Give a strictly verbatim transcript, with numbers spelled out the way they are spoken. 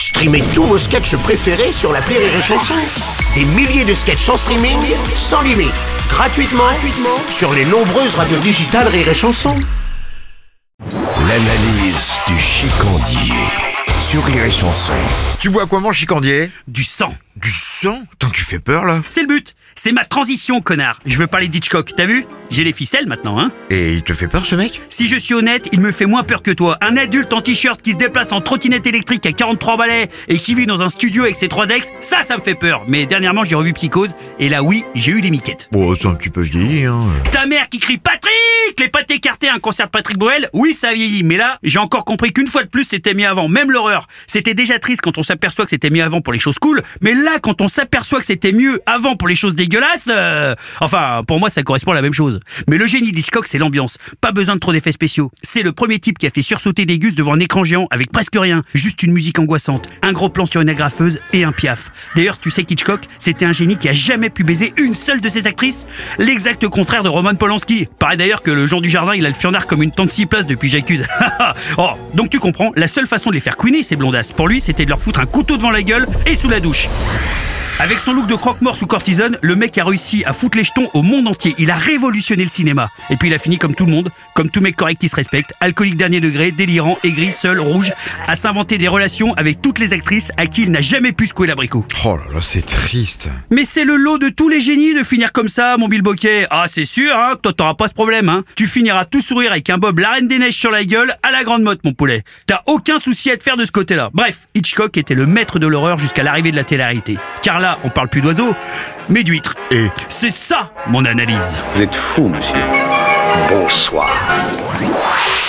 Streamez tous vos sketchs préférés sur l'appli Rire et Chanson. Des milliers de sketchs en streaming, sans limite, gratuitement, gratuitement sur les nombreuses radios digitales Rire et Chanson. L'analyse du chicandier sur Rire et Chanson. Tu bois quoi, mon chicandier? Du sang. Du sang? Tant que tu fais peur, là. C'est le but. C'est ma transition, connard. Je veux parler d'Hitchcock, t'as vu? J'ai les ficelles maintenant, hein. Et il te fait peur, ce mec? Si je suis honnête, il me fait moins peur que toi. Un adulte en t-shirt qui se déplace en trottinette électrique à quarante-trois balais et qui vit dans un studio avec ses trois ex, ça, ça me fait peur. Mais dernièrement, j'ai revu Psychose, et là, oui, j'ai eu les miquettes. Bon, c'est un petit peu vieilli, hein. Ta mère qui crie « Patrick !» Les pattes écartées à un concert de Patrick Bruel, oui, ça a vieilli. Mais là, j'ai encore compris qu'une fois de plus, c'était mieux avant. Même l'horreur. C'était déjà triste quand on s'aperçoit que c'était mieux avant pour les choses cool. Mais là, quand on s'aperçoit que c'était mieux avant pour les choses dégueulasses... Euh... Enfin, pour moi, ça correspond à la même chose. Mais le génie d'Hitchcock, c'est l'ambiance. Pas besoin de trop d'effets spéciaux. C'est le premier type qui a fait sursauter des gus devant un écran géant avec presque rien. Juste une musique angoissante, un gros plan sur une agrafeuse et un piaf. D'ailleurs, tu sais qu'Hitchcock, c'était un génie qui a jamais pu baiser une seule de ses actrices. L'exact contraire de Roman Polanski. Pareil d'ailleurs que le Jean Dujardin, il a le fionnard comme une tente six places depuis J'accuse. Oh, donc tu comprends, la seule façon de les faire couiner, ces blondasses, pour lui, c'était de leur foutre un couteau devant la gueule et sous la douche. Avec son look de croque-mort sous cortisone, le mec a réussi à foutre les jetons au monde entier. Il a révolutionné le cinéma. Et puis il a fini comme tout le monde, comme tout mec correct qui se respecte, alcoolique dernier degré, délirant, aigri, seul, rouge, à s'inventer des relations avec toutes les actrices à qui il n'a jamais pu secouer l'abricot. Oh là là, c'est triste. Mais c'est le lot de tous les génies de finir comme ça, mon Bill Bokeh. Ah, c'est sûr, hein, toi t'auras pas ce problème, hein. Tu finiras tout sourire avec un Bob la Reine des Neiges sur la gueule à la grande motte, mon poulet. T'as aucun souci à te faire de ce côté-là. Bref, Hitchcock était le maître de l'horreur jusqu'à l'arrivée de la télé-réalité. Car là, on parle plus d'oiseaux, mais d'huîtres. Et c'est ça, mon analyse. Vous êtes fou, monsieur. Bonsoir.